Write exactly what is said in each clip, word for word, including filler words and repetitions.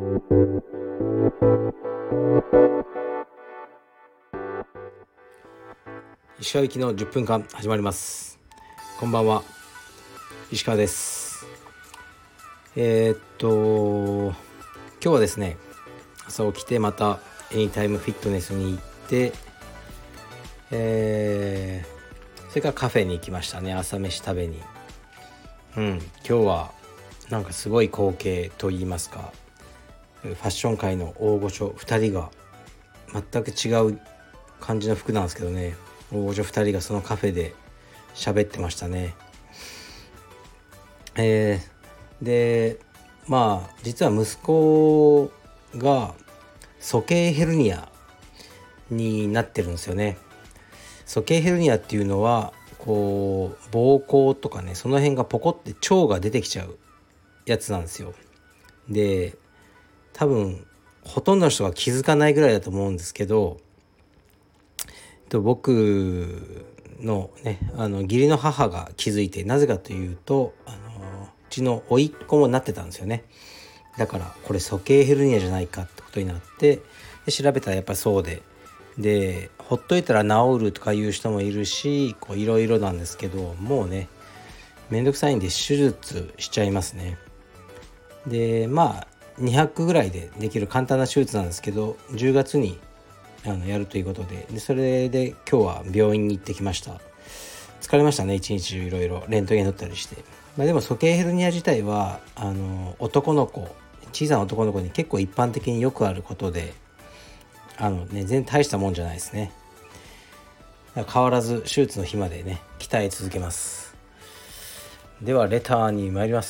石川行きのじゅっぷんかん始まります。こんばんは、石川です。えー、っと今日はですね、朝起きてまたエニタイムフィットネスに行って、えー、それからカフェに行きましたね。朝飯食べに。うん今日はなんかすごい光景といいますか、ファッション界の大御所ふたりが全く違う感じの服なんですけどね、大御所ふたりがそのカフェで喋ってましたね。えー、でまあ実は息子が鼠径ヘルニアになってるんですよね。鼠径ヘルニアっていうのはこう膀胱とかね、その辺がポコって腸が出てきちゃうやつなんですよ。で多分ほとんどの人が気づかないぐらいだと思うんですけど、僕のねあの義理の母が気づいて、なぜかというとあのうちの甥っ子もなってたんですよね。だからこれ鼠径ヘルニアじゃないかってことになって、で調べたらやっぱりそうで、でほっといたら治るとかいう人もいるし、こういろいろなんですけど、もうねめんどくさいんで手術しちゃいますね。でまあにひゃくぐらいでできる簡単な手術なんですけど、じゅうがつにあのやるということで、でそれで今日は病院に行ってきました。疲れましたね、一日中いろいろレントゲン取ったりして。まあ、でも鼠径ヘルニア自体はあの男の子小さな男の子に結構一般的によくあることで、あの、ね、全然大したもんじゃないですね。だから変わらず手術の日までね鍛え続けます。ではレターに参ります。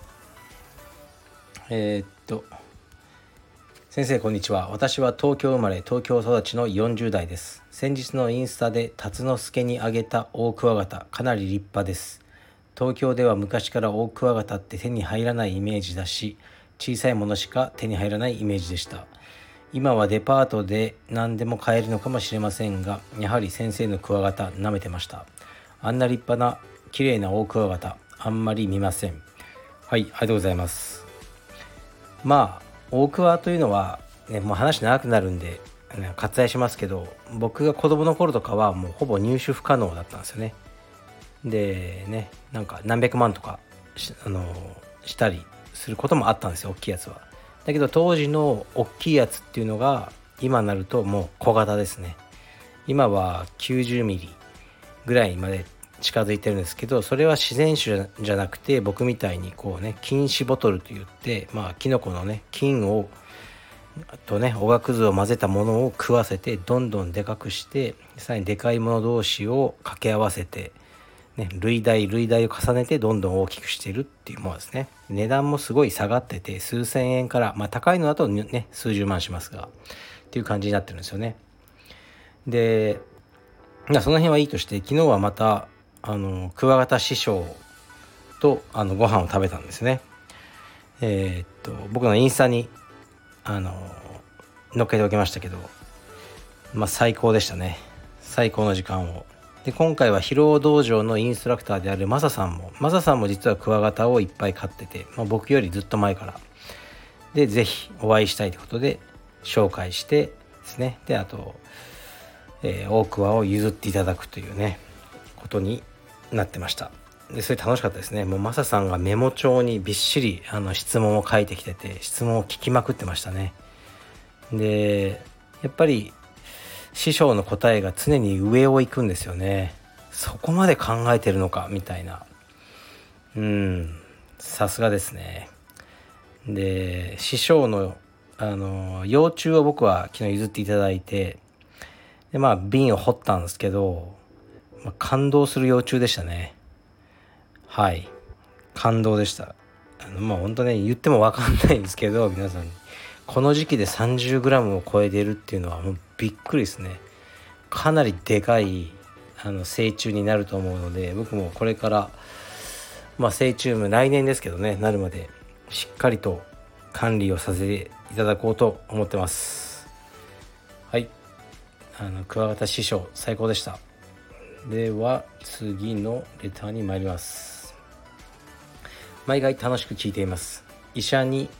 えー、っと先生こんにちは。私は東京生まれ東京育ちのよんじゅう代です。先日のインスタで辰之助にあげたオオクワガタ、かなり立派です。東京では昔からオオクワガタって手に入らないイメージだし、小さいものしか手に入らないイメージでした。今はデパートで何でも買えるのかもしれませんが、やはり先生のクワガタ舐めてました。あんな立派な綺麗なオオクワガタあんまり見ません。はい、ありがとうございます。まあオオクワというのは、ね、もう話長くなるんで割愛しますけど、僕が子供の頃とかはもうほぼ入手不可能だったんですよね。でね、なんか何百万とか し, あのしたりすることもあったんですよ、大きいやつは。だけど当時の大きいやつっていうのが今になるともう小型ですね。今はきゅうじゅうミリぐらいまで近づいてるんですけど、それは自然種じゃなくて、僕みたいにこうね菌糸ボトルといって、まあキノコのね菌をとねおがくずを混ぜたものを食わせてどんどんでかくして、さらにでかいもの同士を掛け合わせてね、類大類大を重ねてどんどん大きくしているっていうものですね。値段もすごい下がってて、数千円から、まあ高いのだとね数十万しますがっていう感じになってるんですよね。でその辺はいいとして、昨日はまたあのクワガタ師匠とあのご飯を食べたんですね。えー、っと僕のインスタにあの載っけておきましたけど、まあ最高でしたね。最高の時間を。で今回は疲労道場のインストラクターであるマサさんもマサさんも実はクワガタをいっぱい飼ってて、まあ、僕よりずっと前からで、ぜひお会いしたいということで紹介してですね、であと、えー、オオクワを譲っていただくというねことになってました。でそれ楽しかったですね。もうマサさんがメモ帳にびっしりあの質問を書いてきてて、質問を聞きまくってましたね。でやっぱり師匠の答えが常に上を行くんですよね。そこまで考えてるのかみたいな。うんさすがですね。で師匠のあの幼虫を僕は昨日譲っていただいて、でまあ瓶を掘ったんですけど、まあ、感動する幼虫でしたね。はい感動でした。あのまあ本当ね言っても分かんないんですけど、皆さんこの時期で さんじゅうグラム を超えているっていうのはもうびっくりですね。かなりでかいあの成虫になると思うので、僕もこれからまあ成虫も来年ですけどねなるまでしっかりと管理をさせていただこうと思ってます。はい、あのクワガタ師匠最高でした。では次のレターに参ります。毎回楽しく聞いています。医者に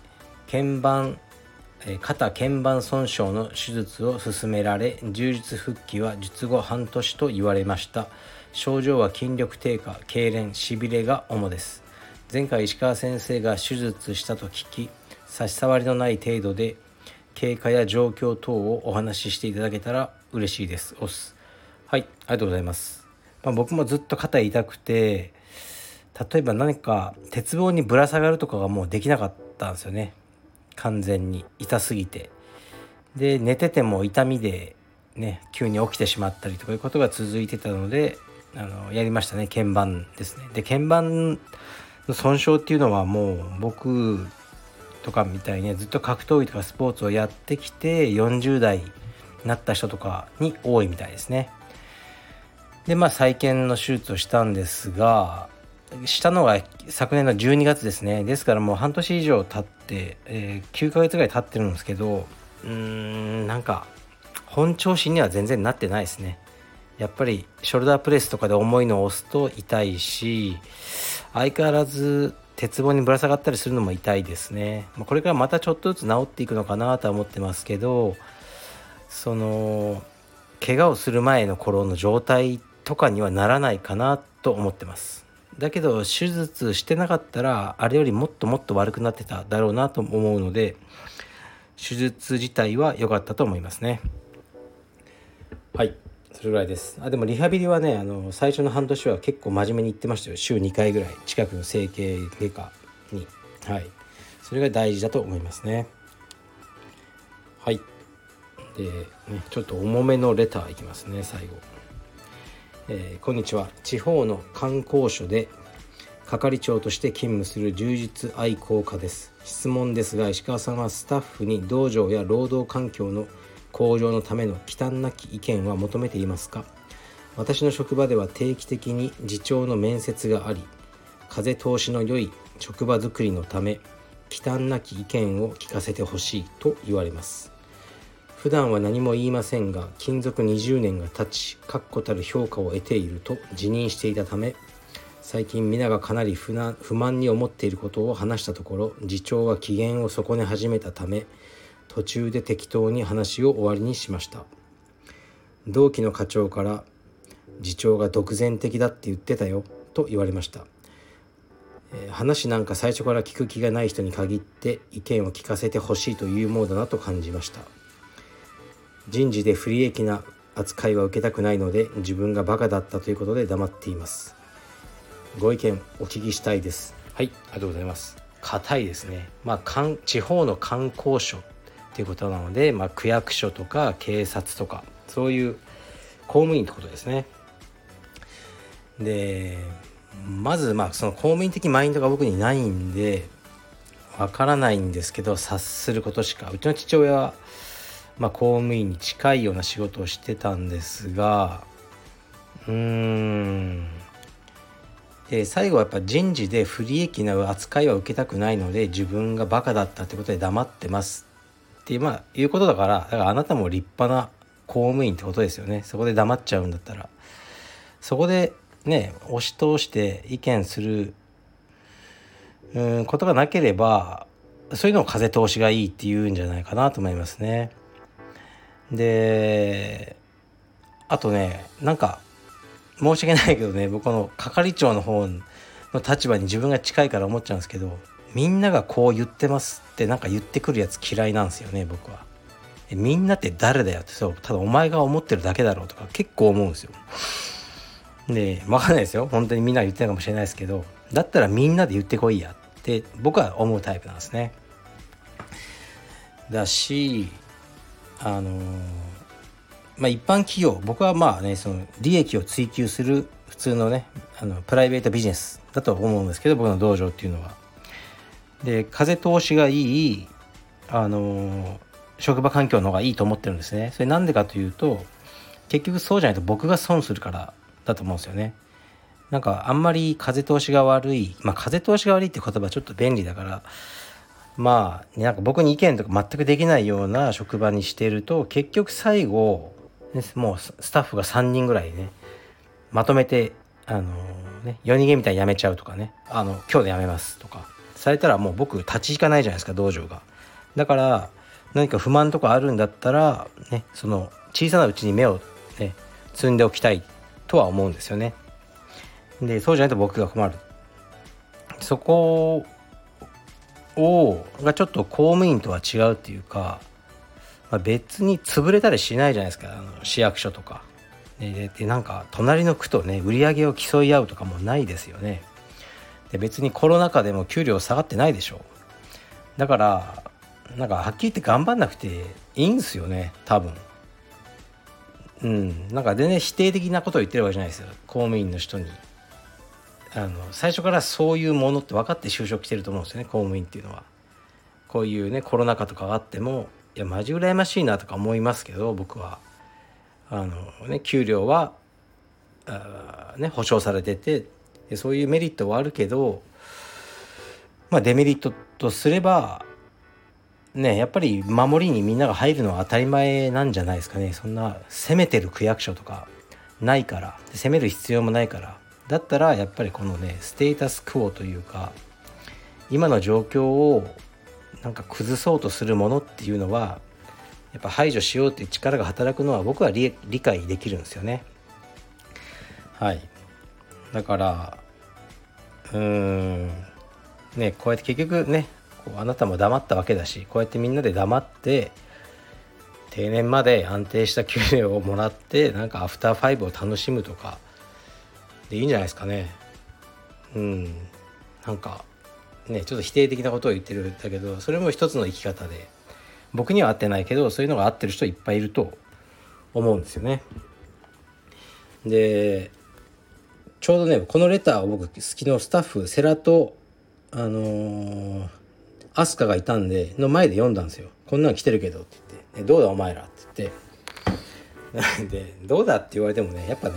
腱板肩腱板損傷の手術を勧められ、柔術復帰は術後半年と言われました。症状は筋力低下、痙攣、しびれが主です。前回石川先生が手術したと聞き、差し障りのない程度で経過や状況等をお話ししていただけたら嬉しいです。おす。はい、ありがとうございます。まあ、僕もずっと肩痛くて、例えば何か鉄棒にぶら下がるとかがもうできなかったんですよね。完全に痛すぎて、で寝てても痛みでね急に起きてしまったりとかいうことが続いてたので、あのやりましたね。腱板ですね。で腱板の損傷っていうのはもう僕とかみたいにずっと格闘技とかスポーツをやってきてよんじゅう代になった人とかに多いみたいですね。でまあ再建の手術をしたんですが、したのが昨年のじゅうにがつですね。ですからもう半年以上経って、えー、きゅうかげつぐらい経ってるんですけど、うーんなんか本調子には全然なってないですね。やっぱりショルダープレスとかで重いのを押すと痛いし、相変わらず鉄棒にぶら下がったりするのも痛いですね。これからまたちょっとずつ治っていくのかなとは思ってますけど、その怪我をする前の頃の状態とかにはならないかなと思ってます。だけど手術してなかったらあれよりもっともっと悪くなってただろうなと思うので、手術自体は良かったと思いますね。はい、それぐらいです。あでもリハビリはね、あの最初の半年は結構真面目に行ってましたよ。週にかいぐらい近くの整形外科に。はい、それが大事だと思いますね。はい。で、ね、ちょっと重めのレターいきますね。最後、えー、こんにちは。地方の観光所で係長として勤務する柔術愛好家です。質問ですが、石川さんはスタッフに道場や労働環境の向上のための忌憚なき意見は求めていますか？私の職場では定期的に次長の面接があり、風通しの良い職場づくりのため忌憚なき意見を聞かせてほしいと言われます。普段は何も言いませんが、勤続にじゅうねんが経ち確固たる評価を得ていると自認していたため、最近皆がかなり不満に思っていることを話したところ、次長は機嫌を損ね始めたため途中で適当に話を終わりにしました。同期の課長から次長が独善的だって言ってたよと言われました。えー、話なんか最初から聞く気がない人に限って意見を聞かせてほしいというものだなと感じました。人事で不利益な扱いは受けたくないので、自分がバカだったということで黙っています。ご意見お聞きしたいです。はい、ありがとうございます。硬いですね。まあ地方の観光所っていうことなので、まあ、区役所とか警察とかそういう公務員ってことですね。でまずまあその公務員的マインドが僕にないんでわからないんですけど、察することしか。うちの父親はまあ、公務員に近いような仕事をしてたんですが、うーんで最後はやっぱ人事で不利益な扱いは受けたくないので、自分がバカだったってことで黙ってますっていう、まあ、いうことだから、だからあなたも立派な公務員ってことですよね。そこで黙っちゃうんだったら、そこでね押し通して意見するうんことがなければ、そういうのを風通しがいいっていうんじゃないかなと思いますね。であとね、なんか申し訳ないけどね、僕の係長の方の立場に自分が近いから思っちゃうんですけど、みんながこう言ってますってなんか言ってくるやつ嫌いなんですよね。僕はえみんなって誰だよって、そうただお前が思ってるだけだろうとか結構思うんですよ。で分かんないですよ、本当にみんな言ってるかもしれないですけど、だったらみんなで言ってこいやって僕は思うタイプなんですね。だしあのまあ一般企業、僕はまあねその利益を追求する普通のねあのプライベートビジネスだと思うんですけど、僕の道場っていうのはで風通しがいいあの職場環境の方がいいと思ってるんですね。それなんでかというと、結局そうじゃないと僕が損するからだと思うんですよね。なんかあんまり風通しが悪い、まあ風通しが悪いって言葉ちょっと便利だから、まあなんか僕に意見とか全くできないような職場にしてると、結局最後、ね、もうスタッフがさんにんぐらいねまとめてあのね夜逃げみたいに辞めちゃうとかね、あの今日で辞めますとかされたら、もう僕立ち行かないじゃないですか、道場が。 だから何か不満とかあるんだったらね、その小さなうちに芽をね摘んでおきたいとは思うんですよね。でそうじゃないと僕が困る。そこをがちょっと公務員とは違うっていうか、まあ、別に潰れたりしないじゃないですか、あの市役所とかで。でなんか隣の区とね売り上げを競い合うとかもないですよね。で別にコロナ禍でも給料下がってないでしょ。だからなんかはっきり言って頑張んなくていいんですよね多分。うんなんか全然否定的なことを言ってるわけじゃないですよ、公務員の人に。あの最初からそういうものって分かって就職してると思うんですよね、公務員っていうのは。こういうねコロナ禍とかがあっても、いやマジ羨ましいなとか思いますけど、僕はあのね給料はあ、ね、保証されてて、でそういうメリットはあるけど、まあデメリットとすればね、やっぱり守りにみんなが入るのは当たり前なんじゃないですかね。そんな攻めてる区役所とかないから、攻める必要もないから、だったらやっぱりこのねステータスクオというか今の状況をなんか崩そうとするものっていうのはやっぱ排除しようっていう力が働くのは僕は 理, 理解できるんですよね。はい。だからうーんねこうやって結局ねこうあなたも黙ったわけだし、こうやってみんなで黙って定年まで安定した給料をもらってなんかアフターファイブを楽しむとかでいいんじゃないですかね。うんなんかねちょっと否定的なことを言ってるんだけど、それも一つの生き方で僕には合ってないけどそういうのが合ってる人いっぱいいると思うんですよね。でちょうどねこのレターを僕好きのスタッフセラとあのー、アスカがいたんでの前で読んだんですよ。こんなの来てるけどって言って、どうだお前らって言ってでどうだって言われてもねやっぱね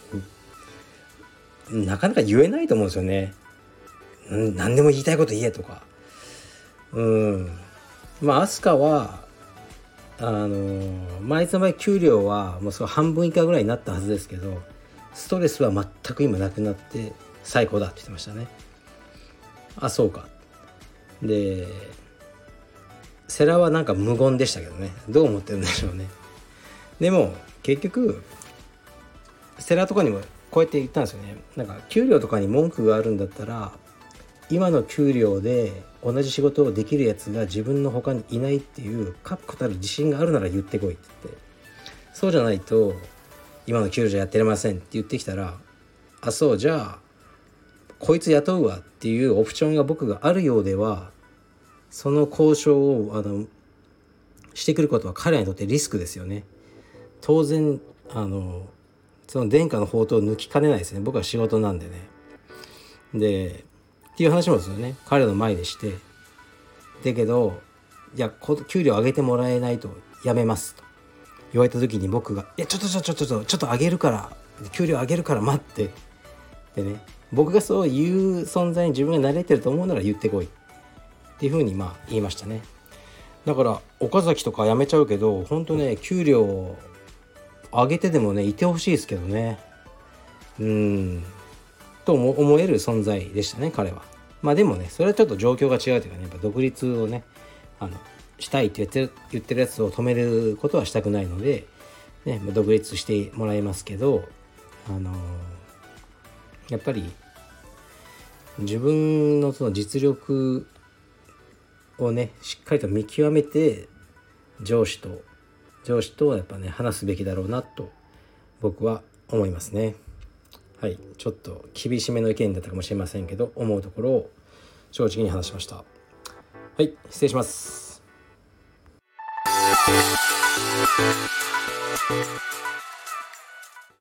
なかなか言えないと思うんですよね。ん何でも言いたいこと言えとか。うんまあアスカはあのー、まあいつの場合給料はもうその半分以下ぐらいになったはずですけど、ストレスは全く今なくなって最高だって言ってましたね。あそうか。でセラはなんか無言でしたけどね、どう思ってるんでしょうね。でも結局セラとかにもこうやって言ったんですよね。なんか給料とかに文句があるんだったら今の給料で同じ仕事をできるやつが自分の他にいないっていう確固たる自信があるなら言ってこいって言って、そうじゃないと今の給料じゃやってれませんって言ってきたら、あそうじゃあこいつ雇うわっていうオプションが僕があるようではその交渉をあのしてくることは彼らにとってリスクですよね。当然あのその殿下の宝刀を抜きかねないですね。僕は仕事なんでね。でっていう話もですよね彼の前でして、だけどいや給料上げてもらえないと辞めますと言われた時に僕がいやちょっとちょっとちょっとちょっと上げるから給料上げるから待ってでね、僕がそういう存在に自分が慣れてると思うなら言ってこいっていうふうにまあ言いましたね。だから岡崎とか辞めちゃうけど本当ね給料上げてでもねいてほしいですけどね。うーんと思える存在でしたね彼は。まあでもねそれはちょっと状況が違うというかね、やっぱ独立をねあのしたいって言ってる、言ってるやつを止めることはしたくないので、ね、独立してもらいますけど、あのー、やっぱり自分のその実力をねしっかりと見極めて上司と上司とやっぱね話すべきだろうなと僕は思いますね。はい、ちょっと厳しめの意見だったかもしれませんけど思うところを正直に話しました。はい、失礼します。